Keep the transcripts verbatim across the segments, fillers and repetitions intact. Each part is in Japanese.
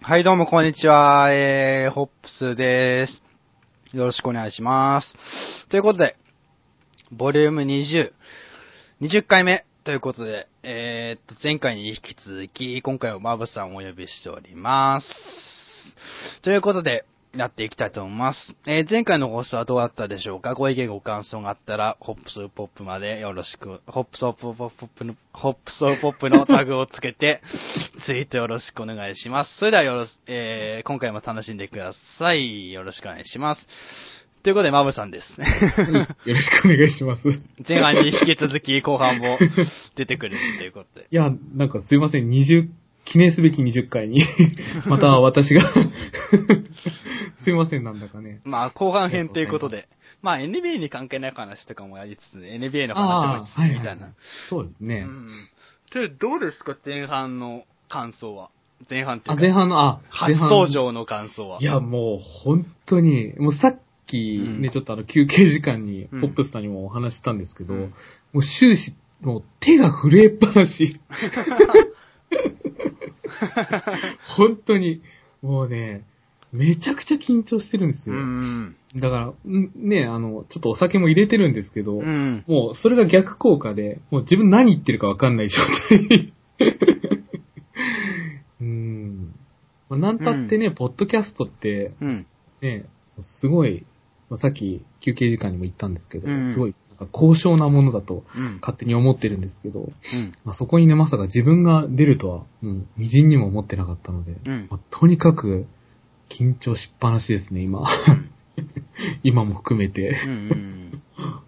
はい、どうもこんにちは。えー、ホップスです。よろしくお願いします。ということで、ボリュームにじゅう、にじゅっかいめということで、えーっと、前回に引き続き、今回はマブさんをお呼びしております。ということで、やっていきたいと思います。えー、前回の放送はどうだったでしょうか？ご意見ご感想があったら、ホップスポップまでよろしく、ホップスポップの、ホップスポップのタグをつけて、ツイートよろしくお願いします。それではよろし、えー、今回も楽しんでください。よろしくお願いします。ということで、マブさんです。 よろしくお願いします。 前半に引き続き後半も出てくれるということで。 いや、なんかすいません、にじゅう、記念すべきにじゅっかいに、また私が、すいません、なんだかね。 まあ、後半編ということで、まあ、エヌビーエー に関係ない話とかもやりつつ、エヌビーエー の話もしつつ、みたいな、はいはいはい。 そうですね。 うん。で、どうですか、前半の感想は。前半っていうか、 あ、前半の、あ、 初登場の感想は。 いや、もう、本当に、もうさっきね、うん、ちょっとあの、休憩時間に、ポップスさんにもお話したんですけど、うん、もう終始、もう手が震えっぱなし。本当に、もうね、めちゃくちゃ緊張してるんですよ。うん、だから、ね、あの、ちょっとお酒も入れてるんですけど、うん、もうそれが逆効果で、もう自分何言ってるかわかんない状態。うん。なんたってね、うん、ポッドキャストって、うん、ね、すごい、さっき休憩時間にも言ったんですけど、うん、すごいなんか高尚なものだと勝手に思ってるんですけど、うんまあ、そこにね、まさか自分が出るとは、もう、微塵にも思ってなかったので、うんまあ、とにかく緊張しっぱなしですね、今。うん、今も含めて。うんうん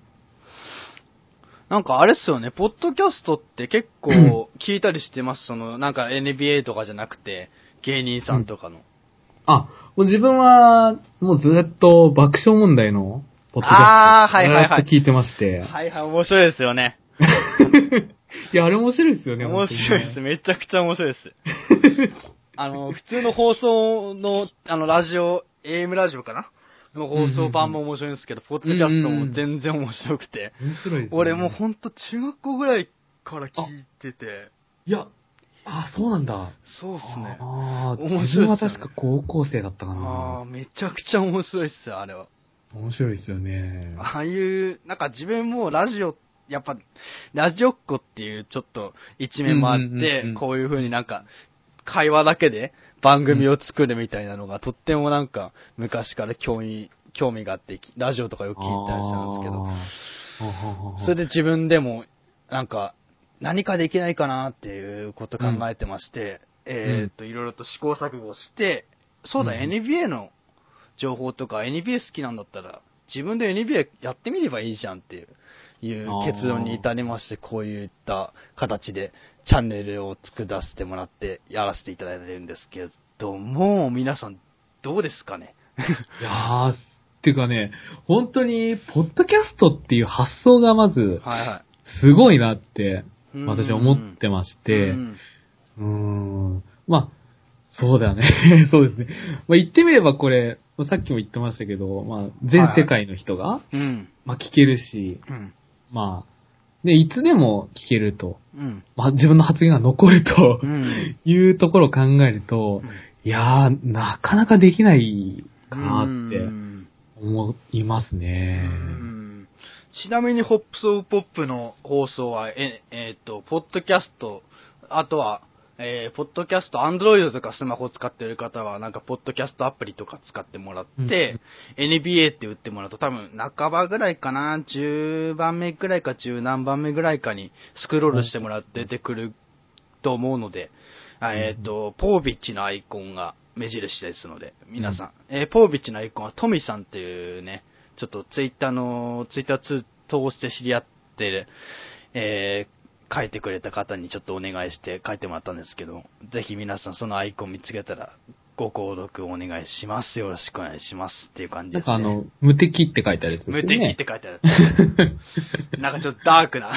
なんかあれっすよね、ポッドキャストって結構聞いたりしてます。その、なんか エヌビーエー とかじゃなくて、芸人さんとかの。うん、 あ、もう自分は、もうずっと爆笑問題のポッドキャストあー、はいはいはい。 ずっと聞いてまして。 はいはい、面白いですよね。 いや、あれ面白いですよね、 面白いです。めちゃくちゃ面白いです。あの、普通の放送の、あの、ラジオ、エーエム ラジオかなの放送版も面白いんですけど、うんうんうん、ポッドキャストも全然面白くて。 面白いですね。 俺もうほんと中学校ぐらいから聞いてて。 いや、あ、そうなんだ。 そうっすね。 ああ、面白いっすね。自分は確か高校生だったかな。 ああ、めちゃくちゃ面白いっすよ、あれは。 面白いっすよね。 ああいう、なんか自分もラジオ、やっぱ、ラジオっ子っていうちょっと一面もあって、うんうんうんうん、こういう風になんか、会話だけで番組を作るみたいなのが、とってもなんか、昔から興味、興味があって、ラジオとかよく聞いたりしたんですけど、それで自分でも、なんか、何かできないかなっていうこと考えてまして、うん、えっと、いろいろと試行錯誤して、そうだ、うん、エヌビーエー の情報とか エヌビーエー 好きなんだったら、自分で エヌビーエー やってみればいいじゃんっていう、いう結論に至りまして、こういった形でチャンネルを作らせてもらってやらせていただいてるんですけども、皆さんどうですかね？ いやー、っていうかね、本当に、ポッドキャストっていう発想がまず、はいはい、すごいなって、私は思ってまして、うーん、まあ、そうだよね。そうですね。まあ、言ってみればこれ、さっきも言ってましたけど、まあ、全世界の人が、はいはい、まあ、聞けるし、うん、まあ、で、いつでも聞けると、うん、まあ、自分の発言が残ると、うん、いうところを考えると、うん、いやー、なかなかできないかなって思いますね。 うんちなみに、ホップスオブポップの放送は、え、えっと、ポッドキャスト、あとは、えー、ポッドキャスト、アンドロイドとかスマホ使ってる方は、なんか、ポッドキャストアプリとか使ってもらって、うん、エヌビーエー って打ってもらうと、多分、半ばぐらいかな、じゅうばんめぐらいか、じゅう何番目ぐらいかに、スクロールしてもらって出てくると思うので、うん、えっと、ポービッチのアイコンが目印ですので、皆さん、うん、えー、ポービッチのアイコンはトミさんっていうね、ちょっとツイッターの、ツイッター通して知り合ってる、えー、書いてくれた方にちょっとお願いして書いてもらったんですけど、ぜひ皆さんそのアイコン見つけたら、ご購読お願いします。よろしくお願いします。っていう感じですね。 なんかあの、無敵って書いてあるやつですね。 無敵って書いてあるやつ。なんかちょっとダークな。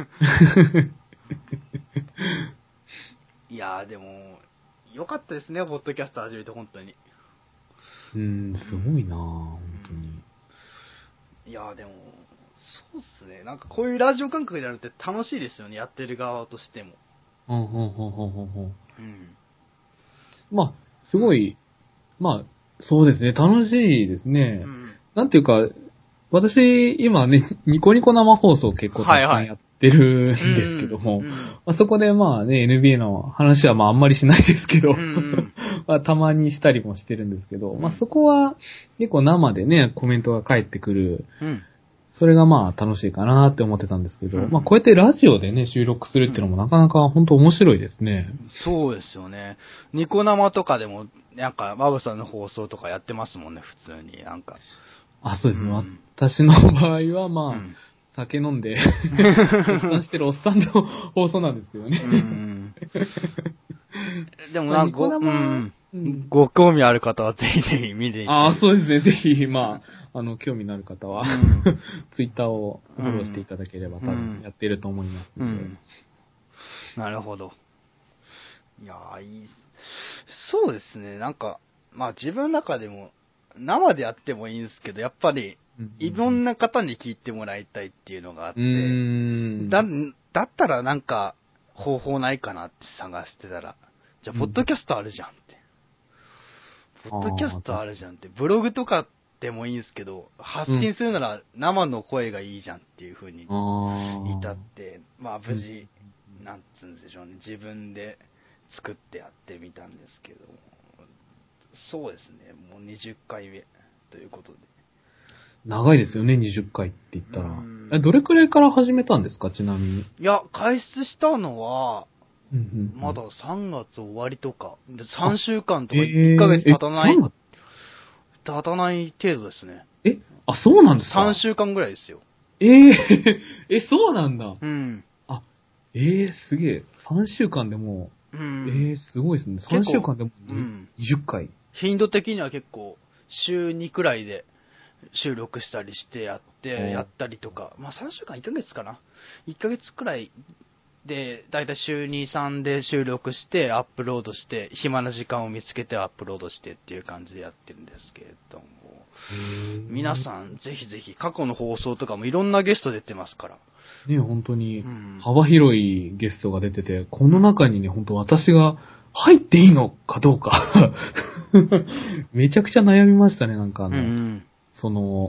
いやーでも、良かったですね、ポッドキャスト始めて本当に。 うーん、すごいなぁ、本当に。 いやーでも、そうっすね。なんかこういうラジオ感覚でやるって楽しいですよね、やってる側としても。 うん、うん、うん、うん、うん。うん。まあ、 すごい、まあ、そうですね、楽しいですね。うん、なんていうか、私、今ね、ニコニコ生放送結構たくさんやってるんですけども、はいはい、まあ、そこでまあね、エヌビーエー の話はまああんまりしないですけど、うんうん、まあ、たまにしたりもしてるんですけど、うん、まあそこは結構生でね、コメントが返ってくる、うん、それがまあ楽しいかなって思ってたんですけど、うん、まあこうやってラジオでね、収録するっていうのもなかなか本当面白いですね。 そうですよね。ニコ生とかでも、なんか、マブさんの放送とかやってますもんね、普通に。なんか。 あ、そうですね。うん、私の場合は、まあ、うん、酒飲んで、おっさんしてるおっさんの放送なんですけどね。うん、 でもなんか、ご、うん、ご興味ある方はぜひぜひ見ていああ、そうですね。ぜひ、まあ、あの、興味のある方は、うん、ツイッターをフォローしていただければ、多分やってると思いますので、うん。 なるほど。いやー、いい。そうですね。なんか、まあ自分の中でも、生でやってもいいんですけど、やっぱり、いろんな方に聞いてもらいたいっていうのがあって、だ、だったらなんか、方法ないかなって探してたら、じゃあ、ポッドキャストあるじゃんって。うん、ポッドキャストあるじゃんって。ブログとかでもいいんですけど、発信するなら生の声がいいじゃんっていう風に至って、まあ無事、なんつうんでしょうね、自分で作ってやってみたんですけど、そうですね、もうにじゅっかいめということで。 長いですよね、にじゅっかいって言ったら。え、どれくらいから始めたんですか、ちなみに。いや、開始したのは、まださんがつ終わりとか、でさんしゅうかんとかいっかげつ経たない、えー、経たない程度ですね。 え、あ、そうなんですか ? さんしゅうかんぐらいですよ。 えー、え、そうなんだ。 うん。 あ、えー、すげえ。さんしゅうかんでもう、うん、えー、すごいですね。さんしゅうかんでもにじゅっかい。 頻度的には結構、週にくらいで収録したりしてやって、やったりとか、まあさんしゅうかんいっかげつかな。いっかげつくらいで、だいたい週に、さんで収録して、アップロードして、暇な時間を見つけてアップロードしてっていう感じでやってるんですけれども、皆さん、ぜひぜひ、過去の放送とかもいろんなゲスト出てますから。 ね、本当に、幅広いゲストが出てて、うん、この中にね、本当私が入っていいのかどうか、めちゃくちゃ悩みましたね、なんかあの、うんうん、その、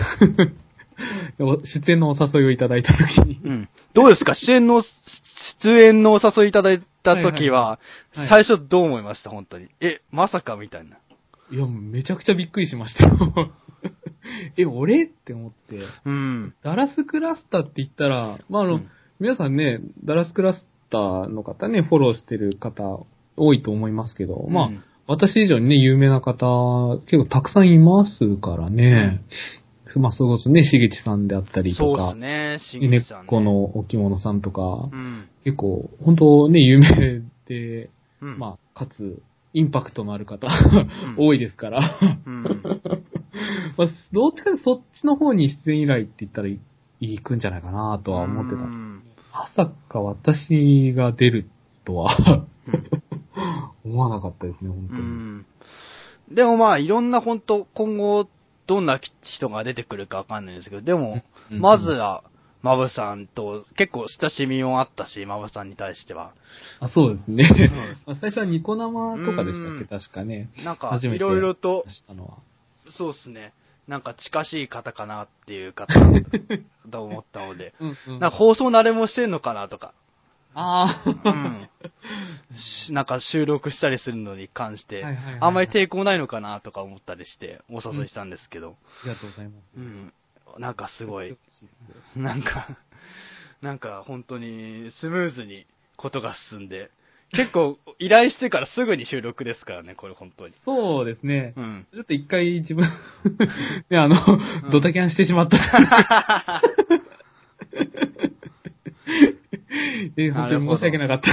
出演のお誘いをいただいたときに、 うん。どうですか出演の、出演のお誘いいただいたときは、はいはいはい、最初どう思いました本当に。え、まさかみたいな。 いや、めちゃくちゃびっくりしましたよ。え、俺って思って。うん。ダラスクラスターって言ったら、まあ、あの、うん、皆さんね、ダラスクラスターの方ね、フォローしてる方多いと思いますけど、うん、まあ、私以上にね、有名な方、結構たくさんいますからね。うん、まあ、それこそね、しげちさんであったりとか、 そうですね、しげちさんね。 猫の置物さんとか、うん、結構、本当ね、有名で、うん、まあ、かつ、インパクトのある方、うん、多いですから。うんまあ、どっちかというとそっちの方に出演依頼って言ったら行くんじゃないかなとは思ってたんですけど、まさか私が出るとは思わなかったですね、本当に。うんでもまあ、いろんな本当、今後、どんな人が出てくるかわかんないんですけど、でも、まずは、マブさんと結構親しみもあったし、マブさんに対しては。 あ、そうですね。そう最初はニコ生とかでしたっけ、確かね。 なんか、いろいろと、そうですね。なんか近しい方かなっていう方と思ったので、うんうん、なんか放送慣れもしてんのかなとか。 ああ、うん。 なんか収録したりするのに関して、あんまり抵抗ないのかなとか思ったりしてお誘いしたんですけど。うん、 ありがとうございます。 うん。なんかすごい、なんか、なんか本当にスムーズにことが進んで、結構依頼してからすぐに収録ですからね、これ本当に。 そうですね。うん、ちょっと一回自分、ね、あの、うん、ドタキャンしてしまった。え、本当に申し訳なかった。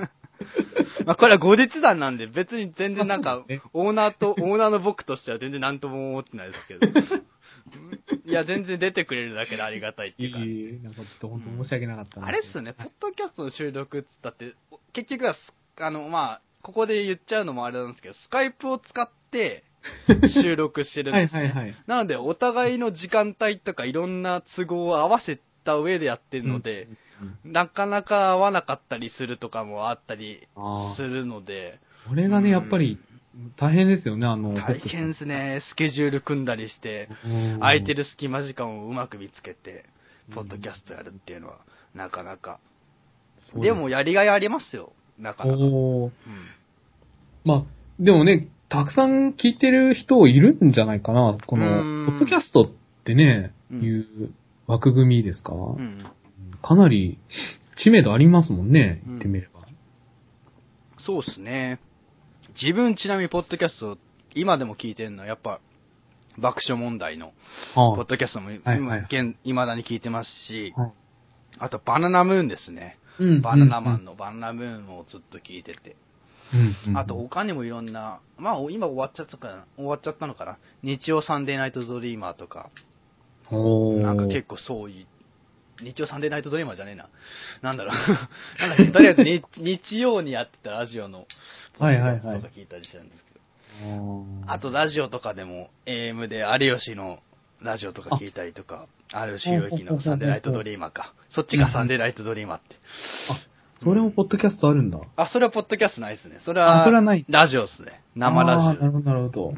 まあこれは後日談なんで別に全然なんか、オーナーと、オーナーの僕としては全然何とも思ってないですけど。いや、全然出てくれるだけでありがたいっていう感じ。いいなんかちょっと本当申し訳なかった、うん、 あれっすね、ポッドキャストの収録っつったって、結局は、あの、まあ、ここで言っちゃうのもあれなんですけど、スカイプを使って収録してるんですね。はいはいはい。なので、お互いの時間帯とかいろんな都合を合わせた上でやってるので、うんうんうん、なかなか合わなかったりするとかもあったりするので、 これがね、やっぱり、大変ですよね、あの。 大変ですね。スケジュール組んだりして、空いてる隙間時間をうまく見つけて、ポッドキャストやるっていうのは、なかなか。でも、やりがいありますよ、なかなか。おー。うん、 まあ、でもね、たくさん聞いてる人いるんじゃないかな。この、ポッドキャストってね、うん、いう枠組みですか、うん、かなり知名度ありますもんね、言ってみれば。うん、 そうですね。自分ちなみにポッドキャスト、今でも聞いてるのはやっぱ、爆笑問題の、ポッドキャストも、はいはいはい、未だに聞いてますし、はい、あとバナナムーンですね。うん、バナナマンのバナナムーンをずっと聞いてて。うん、あと他にもいろんな、まあ今終わっちゃったかな、終わっちゃったのかな。日曜サンデーナイトドリーマーとか、なんか結構そういう、日曜サンデーナイトドリーマーじゃねえな。なんだろう。なんだっけ、とりあえず日曜にやってたラジオのポッドキャストとか聞いたりしてるんですけど。はいはいはい、あとラジオとかでも エーエム で有吉のラジオとか聞いたりとか、有吉弘行のサンデーナイトドリーマーか。そっちがサンデーナイトドリーマーって。 あ、それもポッドキャストあるんだ。 あ、それはポッドキャストないですね。それは、それはない。ラジオですね。生ラジオ。 なるほど、なるほど。 うん、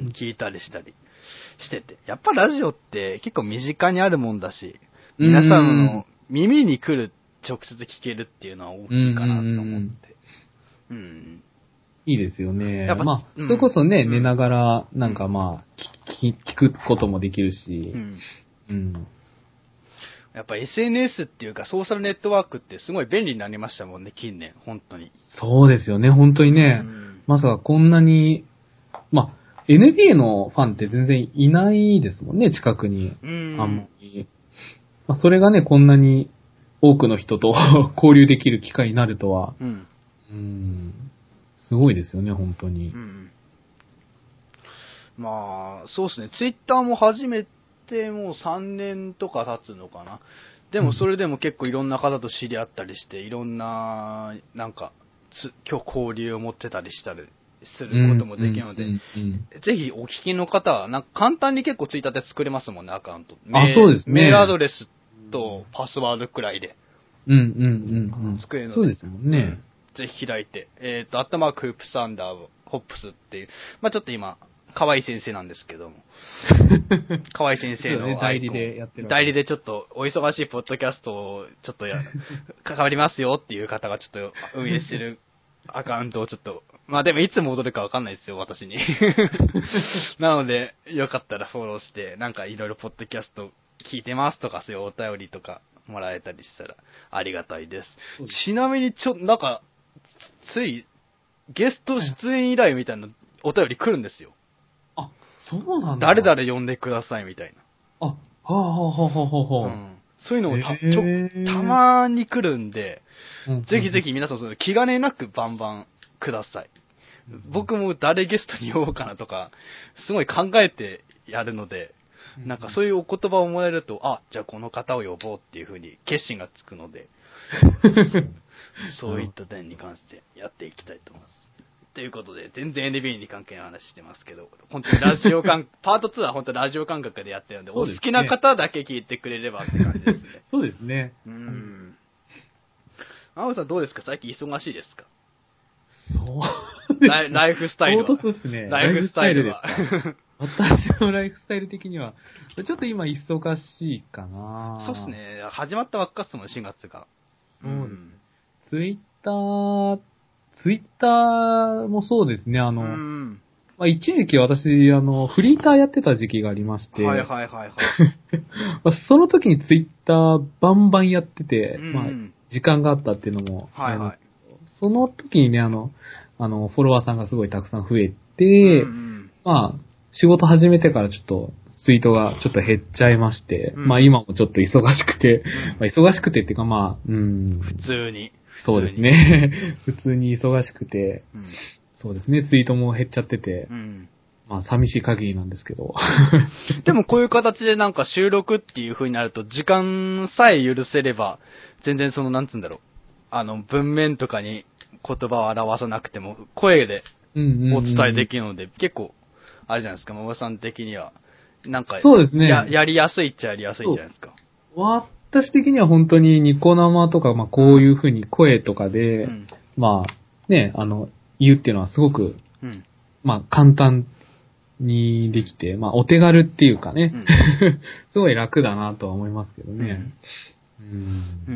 聞いたりしたりしてて。やっぱラジオって結構身近にあるもんだし、皆さんの耳に来る、直接聞けるっていうのは大きいかなと思って。うん。うん、 いいですよね。やっぱ、まあ、うん、それこそね、うん、寝ながら、なんかまあ、聞, 聞くこともできるし、うん。うん、 やっぱ エスエヌエス っていうかソーシャルネットワークってすごい便利になりましたもんね、近年、本当に。 そうですよね、本当にね。うん、まさかこんなに、まあ、エヌビーエー のファンって全然いないですもんね、近くに。うん。あんまり。まあ、それがね、こんなに多くの人と交流できる機会になるとは、うん。うん、すごいですよね、本当に。うん。 まあ、そうですね、ツイッターも初めてもうさんねんとか経つのかな。でもそれでも結構いろんな方と知り合ったりして、いろんな、なんか、つ今日交流を持ってたりしたりすることもできるので、うんうんうんうん、ぜひお聞きの方は、なんか簡単に結構ツイッターで作れますもんね、アカウント。 あ、そうですね。 メールアドレスとパスワードくらいで。 うんうんうんうん。 作れるので。 そうですもんね。うん、 ぜひ開いて、えっ、ー、と、アットマークフープスアンダーホップスっていう、まあちょっと今、河合先生なんですけども。河合先生の、ね、 代理でやってる。 代理でちょっとお忙しいポッドキャストをちょっとや、関わりますよっていう方がちょっと運営してるアカウントをちょっと、まあでもいつ戻るかわかんないですよ、私に。なので、よかったらフォローして、なんかいろいろポッドキャスト聞いてますとか、そういうお便りとかもらえたりしたらありがたいです。ちなみにちょ、なんか、つい、ゲスト出演依頼みたいなお便り来るんですよ。 あ、そうなんだ。 誰々呼んでくださいみたいな。あ、はあはあはあはあはあ。うん、 そういうのもた、ちょ、たまに来るんで、うんうん、ぜひぜひ皆さんその気兼ねなくバンバンください。うん、僕も誰ゲストに呼ぼうかなとか、すごい考えてやるので、うん、なんかそういうお言葉をもらえると、あ、じゃあこの方を呼ぼうっていう風に決心がつくので、そういった点に関してやっていきたいと思います。ということで、全然 エヌビーエー に関係ない話してますけど、本当にラジオ感、パートツーは本当にラジオ感覚でやってるんで、お好きな方だけ聞いてくれればって感じですね。 そうですね。 うん。青さんどうですか？最近忙しいですか？ そうライ。ライフスタイルは。 唐突ですね。 ライフスタイルは。 私のライフスタイル的には、ちょっと今忙しいかな。 そうですね。始まったばっかっすもん、しがつが。 そうです、うん。ツイッター、ツイッターもそうですね、あの、うんまあ、一時期私、あの、フリーターやってた時期がありまして、 はいはいはいはい。 その時にツイッターバンバンやってて、うんまあ、時間があったっていうのも、 はいはい。 その時にね、あの、あの、フォロワーさんがすごいたくさん増えて、うんうん、まあ、仕事始めてからちょっと、ツイートがちょっと減っちゃいまして、うん、まあ今もちょっと忙しくて、うんまあ、忙しくてっていうかまあ、うん。 普通に。 そうですね。普通に忙しくて、うん、そうですね、ツイートも減っちゃってて、うん、まあ寂しい限りなんですけど。 でもこういう形でなんか収録っていう風になると、時間さえ許せれば、全然その、なんつうんだろう、あの、文面とかに言葉を表さなくても、声でお伝えできるので、うんうんうん、結構、あれじゃないですか、ママさん的には、なんか、 そうですね。 や、やりやすいっちゃやりやすいんじゃないですか。 私的には本当にニコ生とか、まあこういう風に声とかで、うん、まあね、あの、 言うっていうのはすごく、 うん、 まあ簡単にできて、まあお手軽っていうかね、うん、すごい楽だなとは思いますけどね。 うん、うん、うん、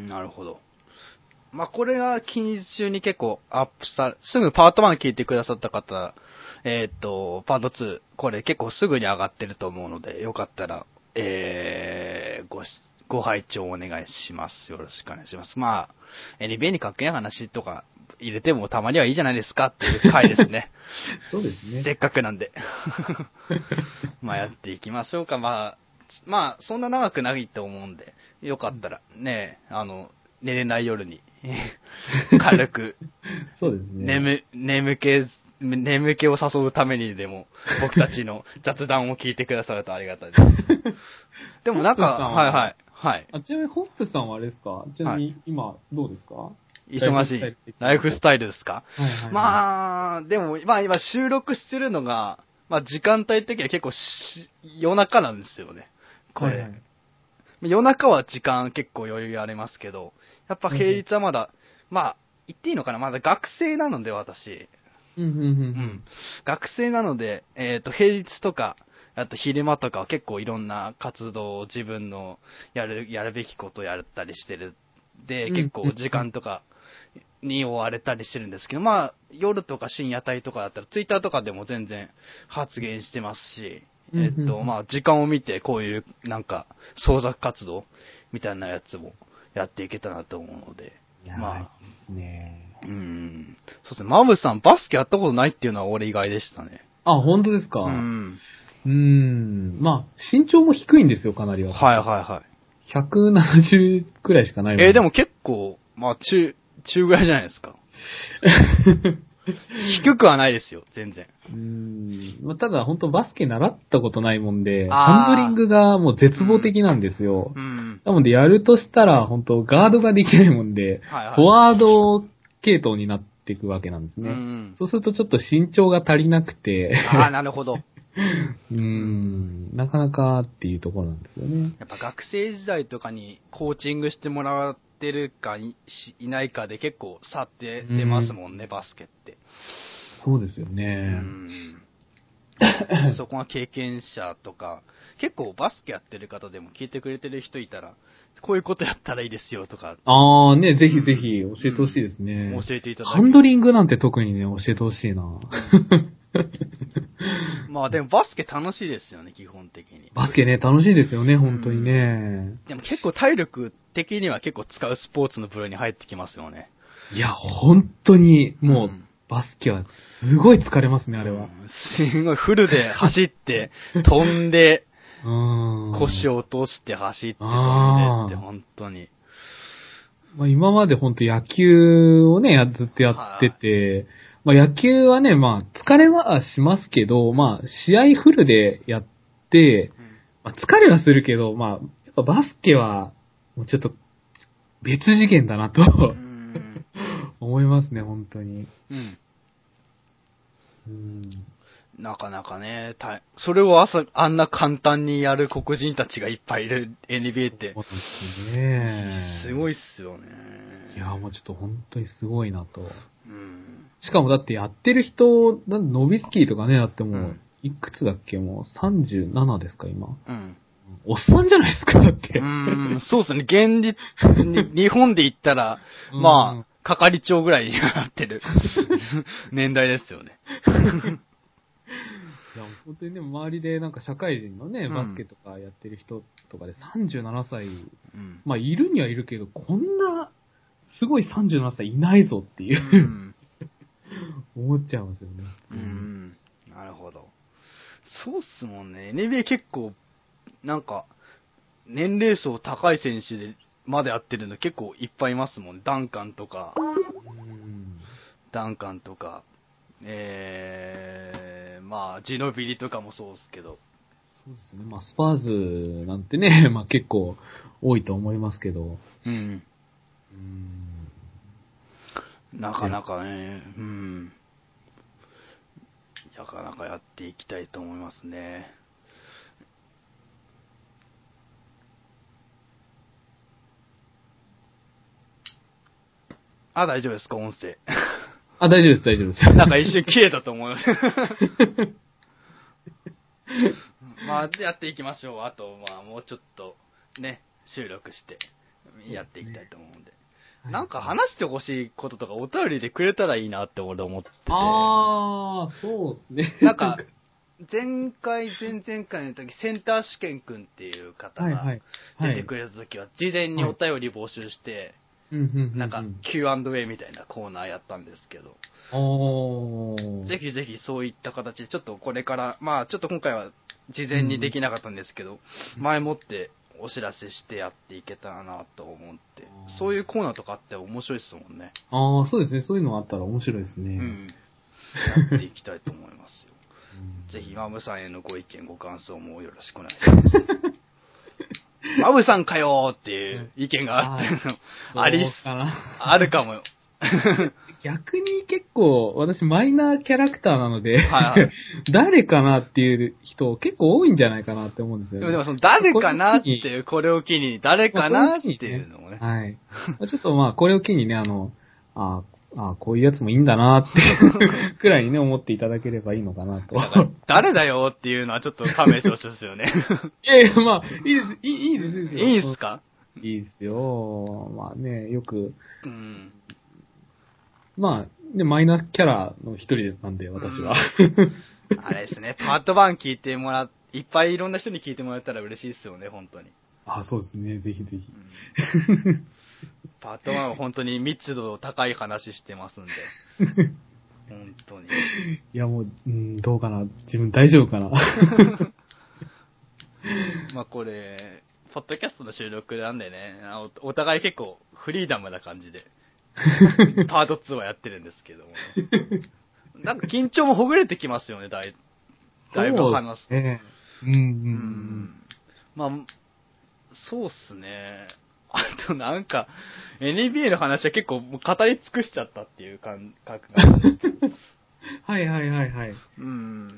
なるほど。まあ、これが近日中に結構アップさ、すぐパートワン聞いてくださった方、えっと、パートツー、これ結構すぐに上がってると思うので、よかったら、えー、ごし、ご拝聴お願いします。よろしくお願いします。まあ、エヌビーエー にかっけない話とか入れてもたまにはいいじゃないですかっていう回ですね。 そうですね。 せっかくなんで。まあ、やっていきましょうか。まあ、まあ、そんな長くないと思うんで、よかったらね、あの、寝れない夜に軽くそうですね。 眠、眠気、眠気を誘うためにでも僕たちの雑談を聞いてくださるとありがたいです。でもなんか、はいはい。はい。 あ、ちなみにホップさんはあれですか？ちなみに今どうですか？ 忙しい。ライフスタイルですか？ はいはいはい、 まあ、でも、まあ今収録してるのが、まあ時間帯的には結構し夜中なんですよね。これ。はいはい、夜中は時間結構余裕ありますけど、やっぱ平日はまだ、まあ、言っていいのかな、まだ学生なので私。 うんうんうんうん、 学生なので、えっと、平日とか、あと昼間とかは結構いろんな活動を自分のやる、やるべきことをやったりしてる。で、結構時間とかに追われたりしてるんですけど、まあ、夜とか深夜帯とかだったら、ツイッターとかでも全然発言してますし、えっと、まあ、時間を見てこういうなんか創作活動みたいなやつもやっていけたなと思うので、まあ、いいですね。うん。そうですね。マブさん、バスケやったことないっていうのは俺意外でしたね。 あ、本当ですか？ うん。 うーん。まあ、身長も低いんですよ、かなりは。 はいはいはい。 ひゃくななじゅうくらいしかないの。 えー、でも結構、まあ、中、中ぐらいじゃないですか。低くはないですよ、全然。 うーん。まあ、ただ、本当バスケ習ったことないもんで、ハンドリングがもう絶望的なんですよ。うん。なので、やるとしたら、本当ガードができないもんで、はいはい、フォワード系統になっていくわけなんですね。うん、そうするとちょっと身長が足りなくて。 ああ、なるほど。 うーん、なかなかっていうところなんですよね。 やっぱ学生時代とかにコーチングしてもらってるか い, いないかで結構差って出ますもんね、バスケって。 そうですよね。 うんそこが経験者とか、結構バスケやってる方でも聞いてくれてる人いたら、こういうことやったらいいですよとか。 ああ、ね、ぜひぜひ教えてほしいですね、 うん。教えていただきハンドリングなんて特にね、教えてほしいな。 まあでもバスケ楽しいですよね、基本的に。 バスケね、楽しいですよね、本当にね、うん。 でも結構体力的には結構使うスポーツの部類に入ってきますよね。 いや、本当に、もう、うん、バスケはすごい疲れますね、あれは。うん、 すごいフルで走って、飛んで、腰を落として走って飛んでって、本当に。 まあ、今まで本当野球をね、ずっとやってて、まあ、野球はね、まあ、疲れはしますけど、まあ、試合フルでやって、まあ、疲れはするけど、まあ、やっぱバスケは、もうちょっと、別次元だなと思いますね、本当に。うん。 うんなかなかね、それを朝、あんな簡単にやる黒人たちがいっぱいいる エヌビーエー って。そうですね。すごいっすよね。 いや、もうちょっと本当にすごいなと。うん、しかもだってやってる人、ノビスキーとかね、だってもう、うん、いくつだっけもうさんじゅうななですか、今。うん。おっさんじゃないですか、だって。 うん、そうですね。現実、日本で言ったら、まあ、係長ぐらいになってる年代ですよね。 いや、本当にね、周りでなんか社会人のね、バスケとかやってる人とかでさんじゅうななさい、うん、まあいるにはいるけど、こんなすごいさんじゅうななさいいないぞっていう、うん、思っちゃいますよね。 うん。なるほど。そうっすもんね。エヌビーエー 結構、なんか、年齢層高い選手でまでやってるの結構いっぱいいますもん。ダンカンとか、うん、ダンカンとか、えー、まあ、ジノビリとかもそうですけど。 そうですね。まあ、スパーズなんてね、まあ結構多いと思いますけど。うん。うんなかなかね、うん。なかなかやっていきたいと思いますね。あ、大丈夫ですか、音声。 あ、大丈夫です、大丈夫です。 なんか一瞬切れたと思う。まあ、やっていきましょう。あと、まあ、もうちょっと、ね、収録して、やっていきたいと思うんで。なんか話してほしいこととかお便りでくれたらいいなって俺思ってて。 あー、そうですね。 なんか、前回、前々回の時、センター試験くんっていう方が出てくれた時は、事前にお便り募集して、なんか キューアンドエー みたいなコーナーやったんですけど、ぜひぜひそういった形で、ちょっとこれから、まあちょっと今回は事前にできなかったんですけど、前もってお知らせしてやっていけたらなと思って、そういうコーナーとかあって面白いですもんね。 ああ、そうですね。そういうのあったら面白いですね。 うん。やっていきたいと思いますよ。ぜひ、マムさんへのご意見、ご感想もよろしくお願いします。マムさんかよーっていう意見があってありす、あるかもよ。 逆に結構、私マイナーキャラクターなので、はいはい、誰かなっていう人結構多いんじゃないかなって思うんですよね。 でもその誰かなっていう、これを機に、誰かなっていうのもね。 はい。ちょっとまあ、これを機にね、あの、ああ、こういうやつもいいんだなってくらいにね、思っていただければいいのかなと。 誰だよっていうのはちょっと勘弁してほしいですよね。 いやいや、まあ、いいです、いい、いいです。 いいですか？ いいですよ。まあね、よく、 うん、 まあ、ね、マイナーキャラの一人なんで、私は。 うん、あれですね、パートワン聞いてもらっ、いっぱいいろんな人に聞いてもらえたら嬉しいですよね、本当に。 あ、そうですね、ぜひぜひ。 うん、パートワンは本当に密度高い話してますんで。本当に。 いやもう、うん、どうかな。自分大丈夫かな。 まあこれ、ポッドキャストの収録なんでね、お, お互い結構フリーダムな感じで、パートツーはやってるんですけども、ね。なんか緊張もほぐれてきますよね、だいだいぶ話すと。 そうですね。うんうん、うん。 まあ、そうっすね。あとなんか、エヌビーエー の話は結構もう語り尽くしちゃったっていう感覚があるんですけど。 はいはいはいはい。 うん。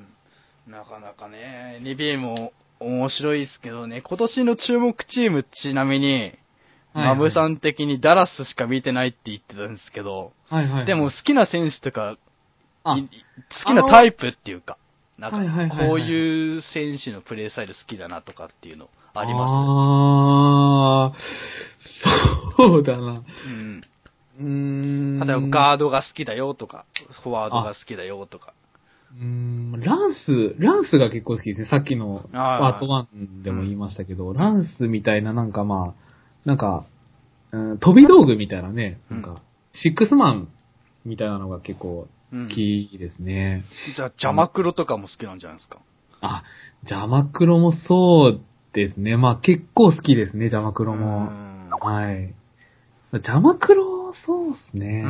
なかなかね、エヌビーエー も面白いですけどね、今年の注目チームちなみに、はいはい、マブさん的にダラスしか見てないって言ってたんですけど、はいはいはい、でも好きな選手とか、好きなタイプっていうか、なんか、こういう選手のプレースタイル好きだなとかっていうのあります？ ああ、そうだな。うん。 うーん。例えばガードが好きだよとか、フォワードが好きだよとか。 うーん、ランス、ランスが結構好きですね。さっきのパートワンでも言いましたけど、うん、ランスみたいななんかまあ、なんか、うん、飛び道具みたいなね、なんか、シックスマンみたいなのが結構好きですね。 うん、じゃあ、ジャマクロとかも好きなんじゃないですか？ あ、ジャマクロもそうですね。まあ結構好きですね、ジャマクロも。はい。ジャマクロ、そうっすね。うん、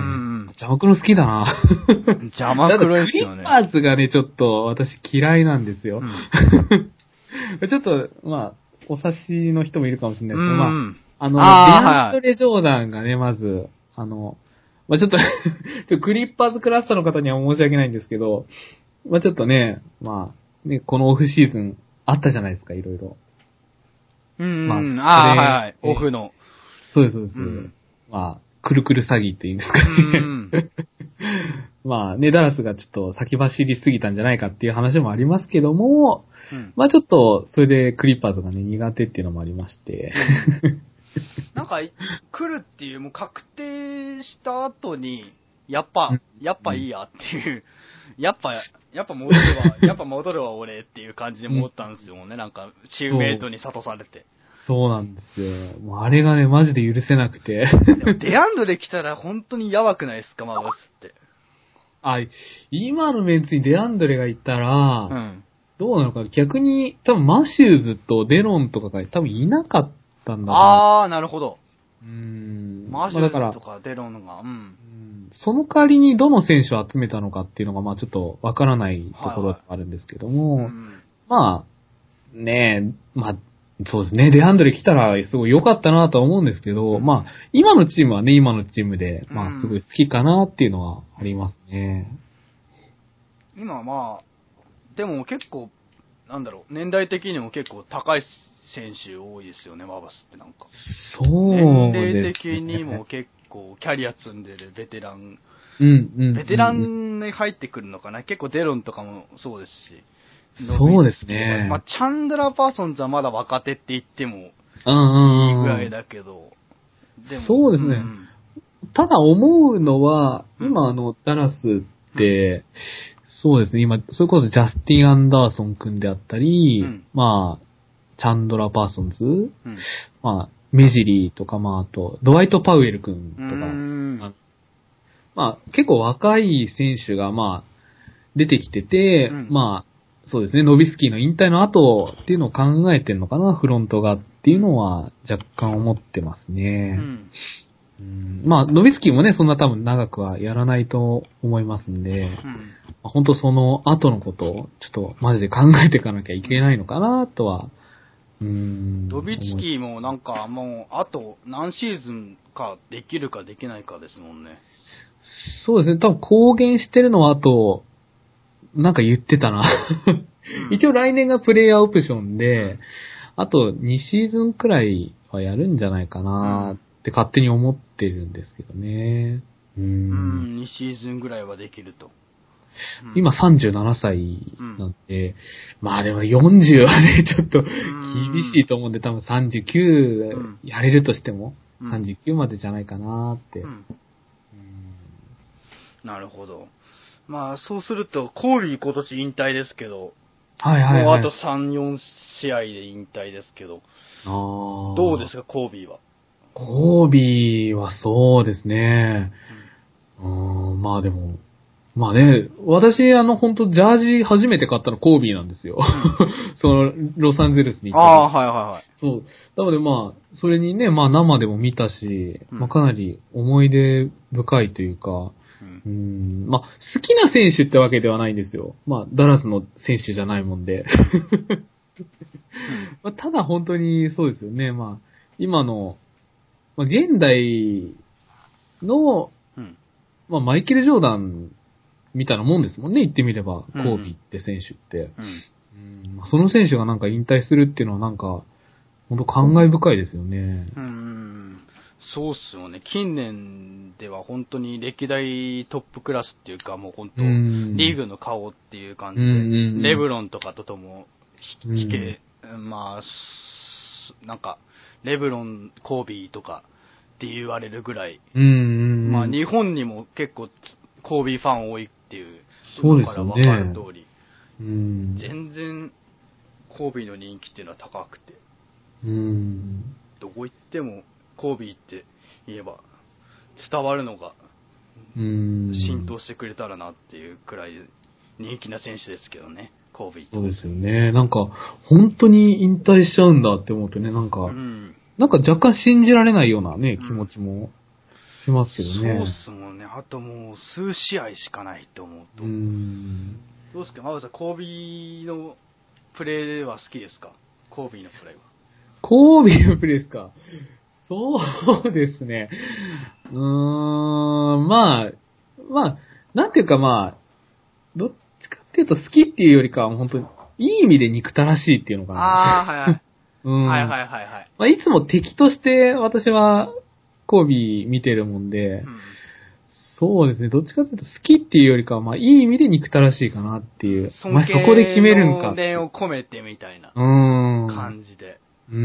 ジャマクロ好きだな。 ジャマクロですよね。 クリッパーズがね、ちょっと私嫌いなんですよ。うん、ちょっと、まあ、お察しの人もいるかもしれないですけど、まあ、あの、デアントレ・ジョーダンがね、まず、あの、まあちょっとちょっとクリッパーズクラスターの方には申し訳ないんですけど、まあちょっとね、まあ、ね、このオフシーズンあったじゃないですか、いろいろ。 うん、まあ、ああ、はいはい、オフの。 そうです、そうです。うん、まあ、くるくる詐欺って言うんですかね。うんまあね、ダラスがちょっと先走りすぎたんじゃないかっていう話もありますけども、うん、まあちょっと、それでクリッパーズがね、苦手っていうのもありまして。 なんか、来るっていう、もう確定した後に、やっぱ、やっぱいいやっていう、やっぱ、やっぱ戻るわ、やっぱ戻るわ俺っていう感じで戻ったんですよね、うん、なんか、チームメイトに諭されて。 そうなんですよ。もうあれがね、マジで許せなくて。 でもデアンドレ来たら本当にやばくないですか、マウスって。 あ、今のメンツにデアンドレがいたら、うん、どうなのか、逆に、多分マシューズとデロンとかが多分いなかったんだな。 あー、なるほど。 うーん。 マシューズとかデロンが、うん。 その代わりにどの選手を集めたのかっていうのが、まあちょっとわからないところがあるんですけども、はいはい、まあ、ねえ、まあ、そうですね。デアンドレ来たらすごい良かったなとは思うんですけど、うん、まあ、今のチームはね、今のチームで、まあ、すごい好きかなっていうのはありますね。 うん、今まあ、でも結構、なんだろう、年代的にも結構高い選手多いですよね、マバスってなんか。 そうですね。 年齢的にも結構キャリア積んでるベテランうんうんうん。 ベテランに入ってくるのかな。結構デロンとかもそうですし。 そうですね。 まあ、チャンドラー・パーソンズはまだ若手って言ってもいいぐらいだけど。 でもそうですね。うん、ただ思うのは、今あの、ダラスって、うん、そうですね、今、それこそジャスティン・アンダーソン君であったり、うん、まあ、チャンドラー・パーソンズ、うん、まあ、メジリーとか、まあ、あと、ドワイト・パウエル君とか、まあ、結構若い選手が、まあ、出てきてて、うん、まあ、そうですね、ノビスキーの引退の後っていうのを考えてるのかな、フロントがっていうのは若干思ってますね。うんうん、まあ、ノビスキーもね、そんな多分長くはやらないと思いますんで、うんまあ、本当その後のことをちょっとマジで考えていかなきゃいけないのかなとは、 うん。ノビチキーもなんかもう、あと何シーズンかできるかできないかですもんね。 そうですね、多分公言してるのはあと、なんか言ってたな、うん。一応来年がプレイヤーオプションで、うん、あとにシーズンくらいはやるんじゃないかなって勝手に思ってるんですけどね。 うん。うん、にシーズンぐらいはできると。 うん、今さんじゅうななさいなんで、うん、まあでもよんじゅうはね、ちょっと厳しいと思うんで、多分さんじゅうきゅうやれるとしても、うん、さんじゅうきゅうまでじゃないかなって。うんうん、 なるほど。まあそうすると、コービー今年引退ですけど、 はいはいはい、 もうあとさん、よん試合で引退ですけど、あどうですか、コービーは。 コービーはそうですね。うん、うんまあでも、まあね、私、あの、本当ジャージ初めて買ったのコービーなんですよ。うん、その、ロサンゼルスに行った。 ああ、はいはいはい。 そう。なのでまあ、それにね、まあ生でも見たし、うん、まあかなり思い出深いというか、うん、うんまあ、好きな選手ってわけではないんですよ。まあ、ダラスの選手じゃないもんで。うんまあ、ただ本当にそうですよね。まあ、今の、まあ、現代の、うん、まあ、マイケル・ジョーダンみたいなもんですもんね、言ってみれば、コービーって選手って。うんうん、その選手がなんか引退するっていうのはなんか、本当感慨深いですよね。 うん、そうっすよね。近年では本当に歴代トップクラスっていうか、もう本当、リーグの顔っていう感じで、うんうんうん、レブロンとかととも引け、うん、まあ、なんか、レブロン、コービーとかって言われるぐらい、 うんうんうん、 まあ日本にも結構コービーファン多いっていうのから分かる通り、 うん、 全然コービーの人気っていうのは高くて、 うん、 どこ行ってもコービーって言えば伝わるのが浸透してくれたらなっていうくらい人気な選手ですけどね、コービーって。 そうですよね。なんか本当に引退しちゃうんだって思ってね、なんか、うん、なんか若干信じられないようなね、気持ちもしますけどね。 そうっすもんね。あともう数試合しかないと思うと。うん、どうですか、マブさん、コービーのプレーは好きですか？コービーのプレーは。 コービーのプレーですか？そうですね。うーん、まあ、まあ、なんていうかまあ、どっちかっていうと好きっていうよりかは本当にいい意味で憎たらしいっていうのかな。 ああ、はいはい。 うん。 はいはいはいはい。 まあ、いつも敵として私はコービー見てるもんで、うん、そうですね。どっちかというと好きっていうよりかは、まあいい意味で憎たらしいかなっていう。まあそこで決めるんか。 尊敬の念を込めてみたいな感じで。 うん。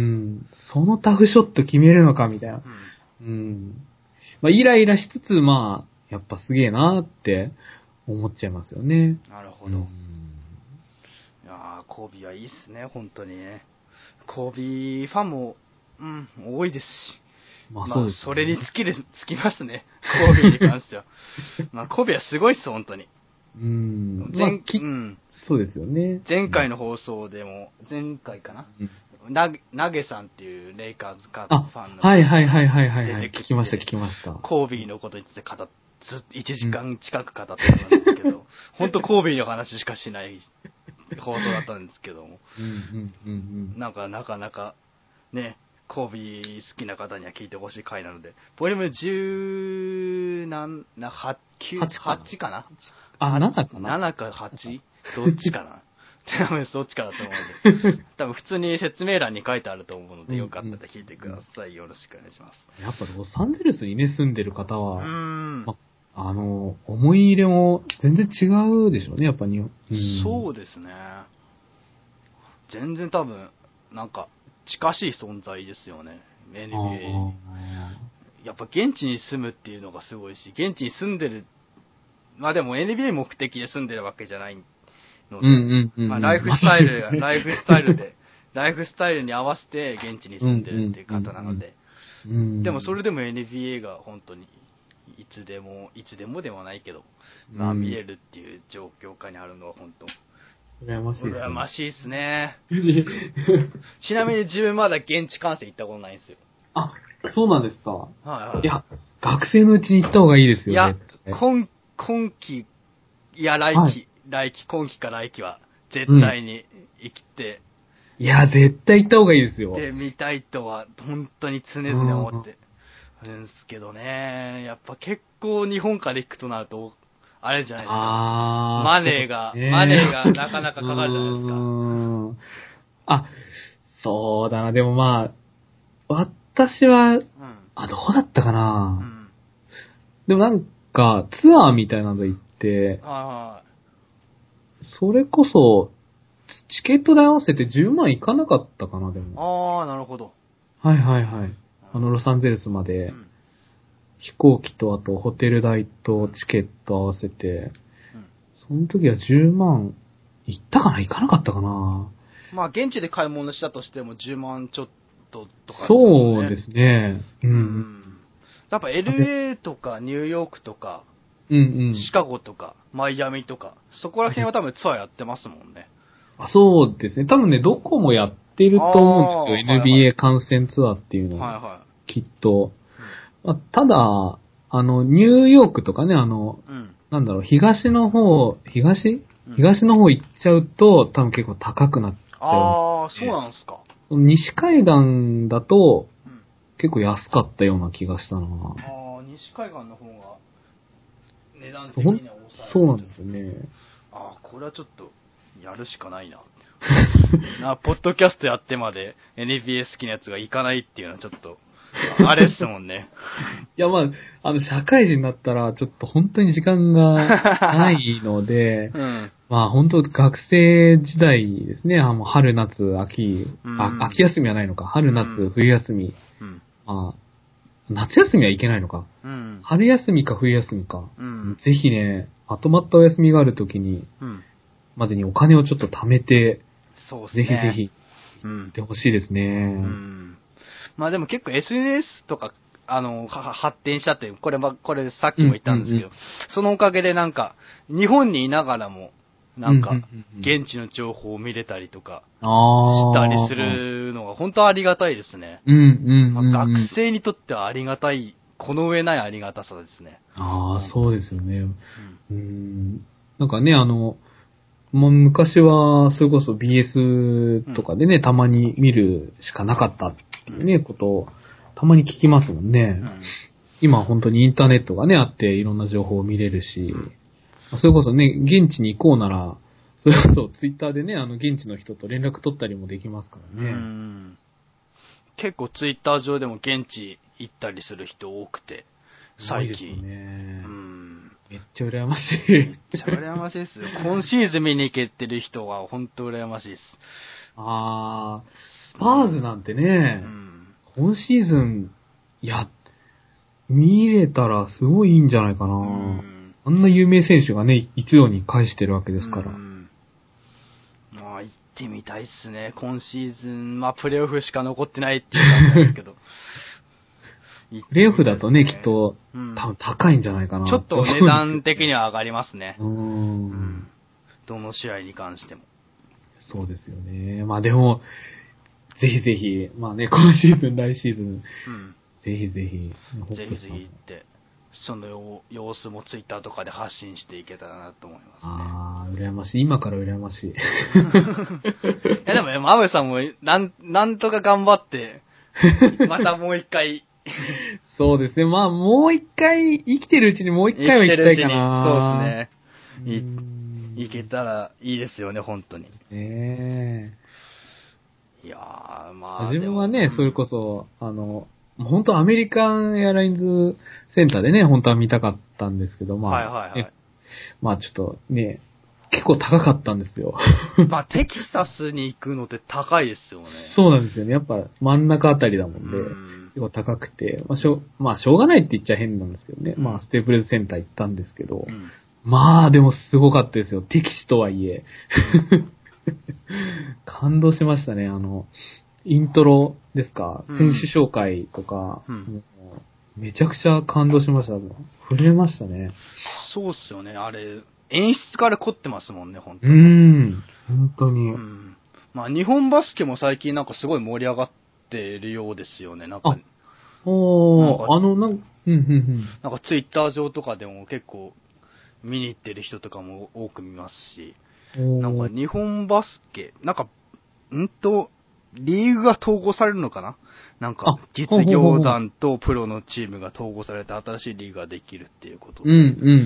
そのタフショット決めるのかみたいな。うん。うん、まあイライラしつつ、まあ、やっぱすげえなって思っちゃいますよね。 なるほど。うん、いやー、コービーはいいっすね、本当にね。コービーファンも、うん、多いですし。まあ、そうですね、まあ、それに尽きる、尽きますね。コービーに関しては。まあ、コービーはすごいっす、本当に。 うん。 前、 まあ、うん。そうですよね。 前回の放送でも、前回かな、うん、な、ナゲさんっていうレイカーズカファンの。 はいはいはいはいはい、はい。聞きました聞きました。 コービーのことについて語っ、ずっといちじかん近く語ってたんですけど、うん、本当コービーの話しかしない放送だったんですけども。うんうんうんうん。なんかなかなか、ね、コービー好きな方には聞いてほしい回なので、ボリュームじゅうなんな、はち、はちかなあ、ななかな ?なな かはち? どっちかな多分そっちかだと思うんで。多分普通に説明欄に書いてあると思うので、よかったら聞いてください。よろしくお願いします。 やっぱロサンゼルスにね、住んでる方は、うんま、 あの、思い入れも全然違うでしょうね、やっぱ日本。 うん、そうですね。全然多分、なんか、近しい存在ですよね、エヌビーエー に。やっぱ現地に住むっていうのがすごいし、現地に住んでる、まあでも エヌビーエー 目的で住んでるわけじゃないので、うんうんうんうん、まあライフスタイル、ライフスタイルで、ライフスタイルに合わせて現地に住んでるっていう方なので、うんうんうんうん、でもそれでも エヌビーエー が本当にいつでも、いつでもではないけど、まあ見れるっていう状況下にあるのは本当、 羨ましいですね。 羨ましいですね。ちなみに自分まだ現地観戦行ったことないんですよ。 あ、そうなんですか。 はいはい。 いや、学生のうちに行った方がいいですよね。 いや、今、今期、いや、来期、はい、来期、今期か来期は、絶対に生きて、 うん。いや、絶対行った方がいいですよ。 で、見たいとは、本当に常々思ってるんですけどね。やっぱ結構日本から行くとなると、あれじゃないですか。あマネーが、ね、マネーがなかなかかかるじゃないですか。 うあ、そうだな。でもまあ、私は、うん、あ、どうだったかな、うん、でもなんか、ツアーみたいなの行って、 あそれこそ、チケット代合わせてじゅうまんいかなかったかな、でも。 ああ、なるほど。 はいはいはい。あの、ロサンゼルスまで、うん、飛行機とあとホテル代とチケット合わせて、うん、その時はじゅうまんいったかないかなかったかな。 まあ、現地で買い物したとしてもじゅうまんちょっととか、 ね、そうですね。うん。うん、 やっぱ エルエー とかニューヨークとか、 うんうん、 シカゴとか、マイアミとか、そこら辺は多分ツアーやってますもんね。 あ、そうですね。多分ね、どこもやってると思うんですよ。エヌビーエー 観戦ツアーっていうのは。はいはい。きっと。うん、まあ、ただ、あの、ニューヨークとかね、あの、うん、なんだろう、東の方、東、うん、東の方行っちゃうと、多分結構高くなっちゃう。 ああ、そうなんですか。 西海岸だと、うん、結構安かったような気がしたな。 ああ、西海岸の方が、値段的には抑える。 そうなんですよね。 ああ、これはちょっと、やるしかないな。な、ポッドキャストやってまで エヌビーエー 好きなやつが行かないっていうのはちょっと、あれっすもんね。 いや、まあ、あの、社会人になったら、ちょっと本当に時間がないので、うん、まあ、本当学生時代ですね。あの春、夏、秋、うん、あ、秋休みはないのか。春、夏、うん、冬休み。うん、まあ、夏休みはいけないのか。うん、春休みか冬休みか。うん、ぜひね、まとまったお休みがあるときに、うん、までにお金をちょっと貯めて、 そうですね。 ぜひぜひ、行ってほしいですね。うんうんまあでも結構 エスエヌエス とか、あの、発展したって、これは、これさっきも言ったんですけど、うんうんうん、そのおかげでなんか、日本にいながらも、なんか、現地の情報を見れたりとか、したりするのが本当ありがたいですね。 うんうんうんうん、 まあ、学生にとってはありがたい、この上ないありがたさですね。 ああ、そうですよね。うん、うんなんかね、あの、もう昔は、それこそ ビーエス とかでね、うん、たまに見るしかなかったっていうね、うん、ことを、たまに聞きますもんね。うん、今は本当にインターネットがね、あって、いろんな情報を見れるし、うん、それこそね、現地に行こうなら、それこそツイッターでね、あの、現地の人と連絡取ったりもできますからね。 うん結構ツイッター上でも現地行ったりする人多くて、最近。 多いですね。うんめっちゃ羨ましい。 めっちゃ羨ましいですよ。今シーズン見に行けてる人は本当羨ましいです。 あー、スパーズなんてね、うん、今シーズン、いや、見れたらすごいいいんじゃないかな。うん、あんな有名選手がね、一度に返してるわけですから。うん、 まあ、行ってみたいっすね。今シーズン、まあ、プレーオフしか残ってないっていう感じなんですけど。 プレイオフだとね、きっと、うん、多分高いんじゃないかな。 ちょっと値段的には上がりますね。うん、うん。どの試合に関しても。 そうですよね。まあでも、ぜひぜひ、まあね、今シーズン、来シーズン、うん、ぜひぜひ、 ぜひぜひ行って、その様子もツイッターとかで発信していけたらなと思いますね。 ああ、羨ましい。今から羨ましい。いやでもね、マブさんも、なん、なんとか頑張って、またもう一回、 そうですね。まあ、もう一回、生きてるうちにもう一回は行きたいかな。 そうですね。い、行けたらいいですよね、本当に。 ねえ。 いやー、まあ。 自分はね、それこそ、あの、 本当アメリカンエアラインズセンターでね、本当は見たかったんですけど、まあ、 はいはいはい。 まあちょっとね、結構高かったんですよ。 まあ、テキサスに行くのって高いですよね。 そうなんですよね。やっぱ真ん中あたりだもんで、 ん結構高くて、まあしょう、まあしょうがないって言っちゃ変なんですけどね。 うん、 まあステープルズセンター行ったんですけど、 うん、 まあでもすごかったですよ。敵地とはいえ。感動しましたね。あの、イントロですか、 うん、 選手紹介とか、 うん、 もうめちゃくちゃ感動しました。震えましたね。 そうっすよね。あれ、演出から凝ってますもんね、本うー当ん。本当に。 うん。まあ、日本バスケも最近なんかすごい盛り上がってるようですよね。なんか、 あ、おー、 なんか、 あの、なん、うん、うん、うん。 なんかツイッター上とかでも結構見に行ってる人とかも多く見ますし、なんかおー、 日本バスケ、なんか、んと、リーグが統合されるのかななんか、 あ、ほう実業ほうほうほう。 団とプロのチームが統合されて新しいリーグができるっていうことで、 うん、うん、うん、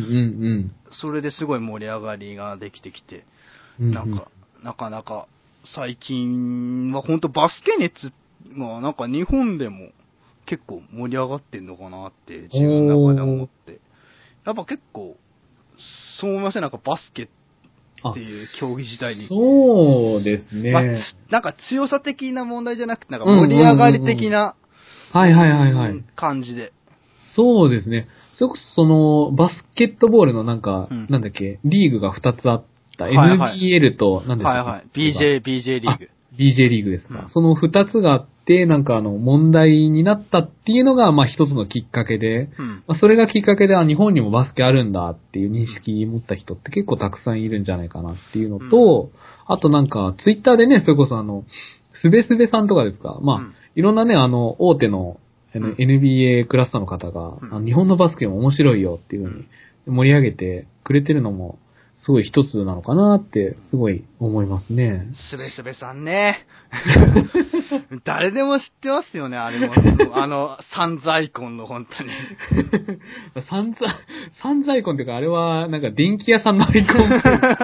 それですごい盛り上がりができてきて、 うん。うん、 なんか、なかなか最近は本当バスケ熱がなんか日本でも結構盛り上がってんのかなって自分の中で思うん。おー、 って、やっぱ結構、そう思いませんなんかバスケっあ、 ていう競技自体に。 そうですまあ、 ね。 なんか強さ的な問題じゃなくて、なんかうん、 盛うん、 り上がりうん、うん。 的な、うはいはいはいはい。 ん、感じで。 そうですね。それこそその、バスケットボールのなんか、 うん。 なんだっけ、リーグがふたつあった。 はいはい。 エヌビーエル と、なんでしたっけ、 はいはい。ビージェー、ビージェー リーあ、 グ。 ビージェー リーグですか。 うん。 そのふたつがあって、なんかあの、問題になったっていうのが、まあ一つのきっかけで、 うん。 まあそれがきっかけで、あ、日本にもバスケあるんだっていう認識持った人って結構たくさんいるんじゃないかなっていうのうん。 と、あとなんか、ツイッターでね、それこそあの、すべすべさんとかですか。まあ、 うん。 いろんなね、あの、大手の、あのうん。 エヌビーエー クラスターの方が、 うん。 あの日本のバスケも面白いよっていうふうに盛り上げてくれてるのも、すごい一つなのかなって、すごい思いますね。 すべすべさんね。誰でも知ってますよね、あれも。あの、サンズアイコンの本当に。 サンザ、サンザイコンっていうか、あれは、なんか電気屋さんのアイコンっぽい。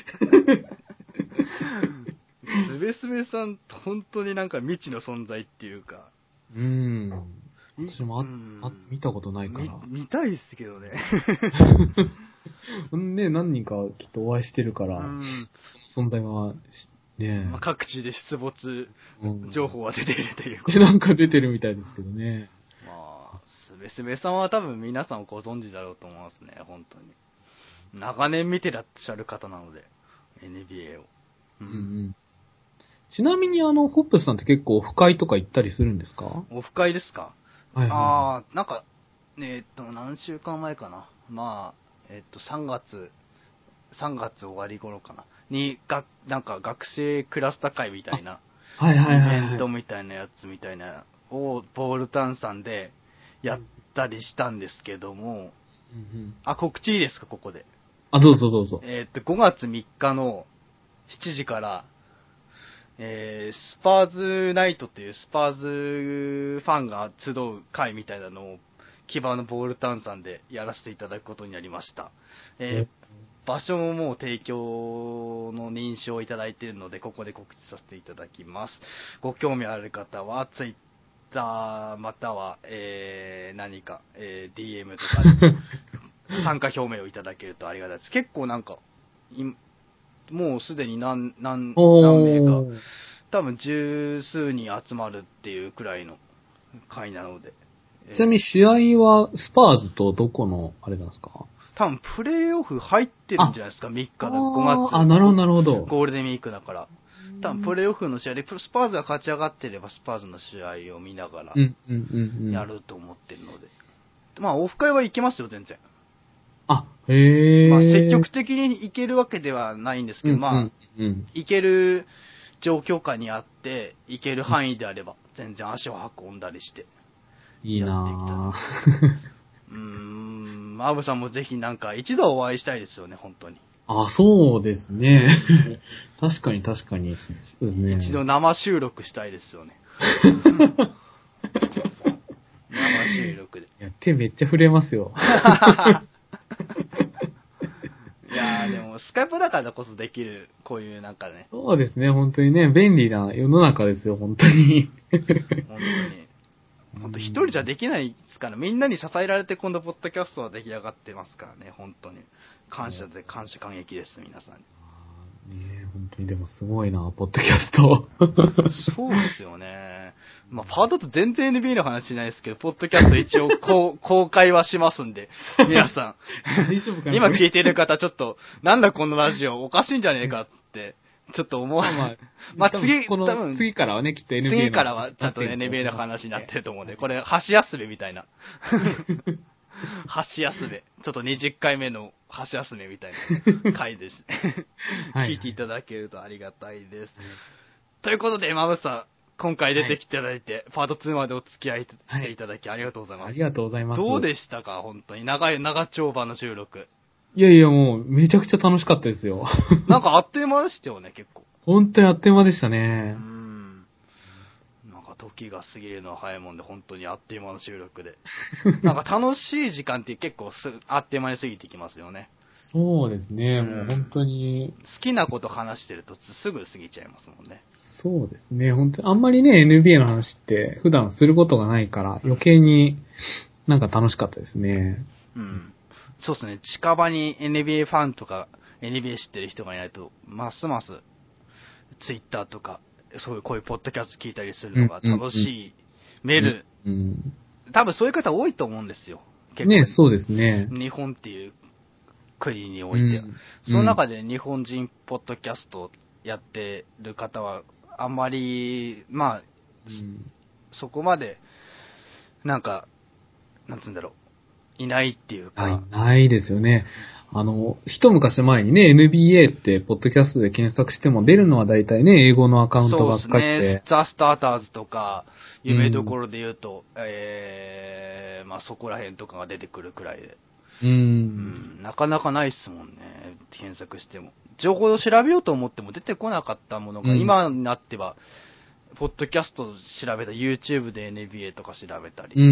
すべすべさん、本当になんか未知の存在っていうか。 うん。 い私もうあ、あ、 ん。 見たことないか見、 ら。 見たいっすけどね。 ね、何人かきっとお会いしてるかうら、 ん。 その存在は、ねまあ、各地で出没うん。 情報は出ているというこで、 とで。 なんか出てるみたいですけどね。 まあ、すべすべさんは多分皆さんご存知だろうと思いますね、本当に。長年見てらっしゃる方なので、エヌビーエー を。ううんうん。 ん。ちなみにあの、ホップスさんって結構オフ会とか行ったりするんですか？ オフ会ですか？ はいはいはい。 ああ、なんか、えーっと、何週間前かな。まあ、えーっと、さんがつ、さんがつ終わり頃かな。に、が、なんか学生クラスター会みたいな、 はいはいイはいはい。 ベントみたいなやつみたいな、をボールタンさんでやったりしたんですけども、 うんうん、 あ、告知いいですか、ここで。 あ、どうぞどうぞ。 えーっと、ごがつみっかのしちじから、えー、スパーズナイトっていうスパーズファンが集う会みたいなのを木場のボールタウンさんでやらせていただくことになりました。えー、場所ももう提供の認証をいただいているので、ここで告知させていただきます。ご興味ある方は、ツイッターまたは、えー、何か、えー、ディーエム とかで参加表明をいただけるとありがたいです。結構なんか、もうすでに何、何、何名か、多分十数人集まるっていうくらいの会なので。 ちなみに試合はスパーズとどこのあれなんですか？ 多分プレイオフ入ってるんじゃないですか、みっかで、ごがつ。 あ、なるほどなるほど。 ゴールデンウィークだから。多分プレイオフの試合で、スパーズが勝ち上がってればスパーズの試合を見ながらやると思ってるので。まあオフ会は行けますよ、全然。 あ、へえ。 まあ積極的に行けるわけではないんですけど、 うんうんうん、 まあ、行ける状況下にあって、行ける範囲であれば、全然足を運んだりして。 いいなぁ。うーん、アブさんもぜひなんか一度お会いしたいですよね、本当に。 あ、そうですね。確かに確かに。そうですね。 一度生収録したいですよね。生収録で。 いや、手めっちゃ震えますよ。 いやーでもスカイプだからこそできる、こういうなんかね。 そうですね、本当にね、便利な世の中ですよ、本当に。 本当に。 本当一人じゃできないですから、みんなに支えられて今度ポッドキャストは出来上がってますからね、本当に。感謝で感謝感激です、皆さんに。 ねえ、本当にでもすごいな、ポッドキャスト。 そうですよね。まあ、パートと全然 エヌビーエー の話しないですけど、ポッドキャスト一応公公開はしますんで、皆さん。 大丈夫かな今聞いてる方、ちょっと、なんだこのラジオおかしいんじゃねえかって、ちょっと思わない。まあ、次、 この次からはね、きっと エヌビーエー の。 次からはちゃんと エヌビーエー の話になってると思うんで、これ、橋休めみたいな。橋休め。ちょっとにじゅっかいめの橋休めみたいな回です。聞いていただけるとありがたいです。ということで、マブさん、今回出てきていただいて、はい、パートツーまでお付き合いしていただきありがとうございます。はい、 ありがとうございます。 どうでしたか、本当に。長い、長丁場の収録。 いやいや、もう、めちゃくちゃ楽しかったですよ。 なんかあっという間でしたよね、結構。 本当にあっという間でしたね。 うん。なんか時が過ぎるのは早いもんで、本当にあっという間の収録で。なんか楽しい時間って結構すあっという間に過ぎてきますよね。 そうですね、うん、もう本当に。 好きなこと話してるとすぐ過ぎちゃいますもんね。 そうですね、本当にあんまりね、エヌビーエー の話って普段することがないから余計になんか楽しかったですね。 うん。そうですね、近場に エヌビーエー ファンとか エヌビーエー 知ってる人がいないと、ますますツイッターとか、そういうこういうポッドキャスト聞いたりするのが楽しい、メール、うんうん、多分そういう方多いと思うんですよ。 結構ね、そうですね。 日本っていう国においては、うん、その中で日本人ポッドキャストやってる方はあんまりまあ、うん、そこまでなんかなんつうんだろういないっていうか、 いないですよね。あの一昔前にね エヌビーエー ってポッドキャストで検索しても出るのは大体ね英語のアカウントばっかりで。そうですね。 ザ・スターターズとか夢どころで言うと、うん、えー、まあそこら辺とかが出てくるくらいで。 うん、うん、 なかなかないっすもんね。検索しても。情報を調べようと思っても出てこなかったものが、うん、今になっては、ポッドキャスト調べた YouTube で エヌビーエー とか調べたりして、うん、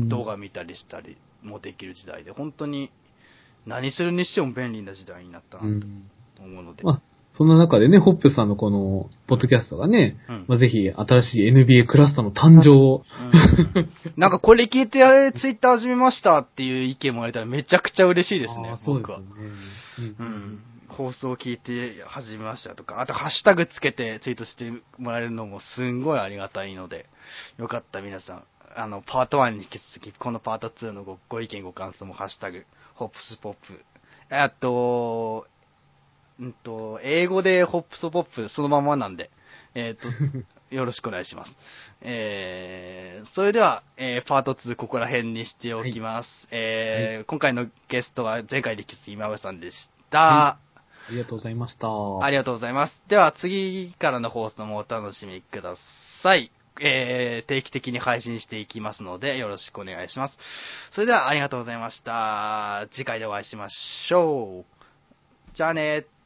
動画見たりしたりもできる時代で、本当に何するにしても便利な時代になったなと思うので。 うん、まあそんな中でね、ホップさんのこの、ポッドキャストがね、うん、まあ、ぜひ新しい エヌビーエー クラスターの誕生を、 うん、なんかこれ聞いてツイッター始めましたっていう意見もらえたらめちゃくちゃ嬉しいですね、僕は。そうですね。うん。うん、放送を聞いて始めましたとか、あとハッシュタグつけてツイートしてもらえるのもすんごいありがたいので、よかった皆さん、あの、パートワンに引き続き、このパートツーの ご, ご意見ご感想もハッシュタグ、ホップスポップ、あと、うんと、英語でホップスポップそのままなんで、えっ、ー、と、よろしくお願いします。えー、それでは、えー、パートツーここら辺にしておきます。はい、えーはい、今回のゲストは前回できつ今上さんでした、 はい。ありがとうございました。 ありがとうございます。では次からの放送もお楽しみください。えー、定期的に配信していきますのでよろしくお願いします。それではありがとうございました。次回でお会いしましょう。じゃあね。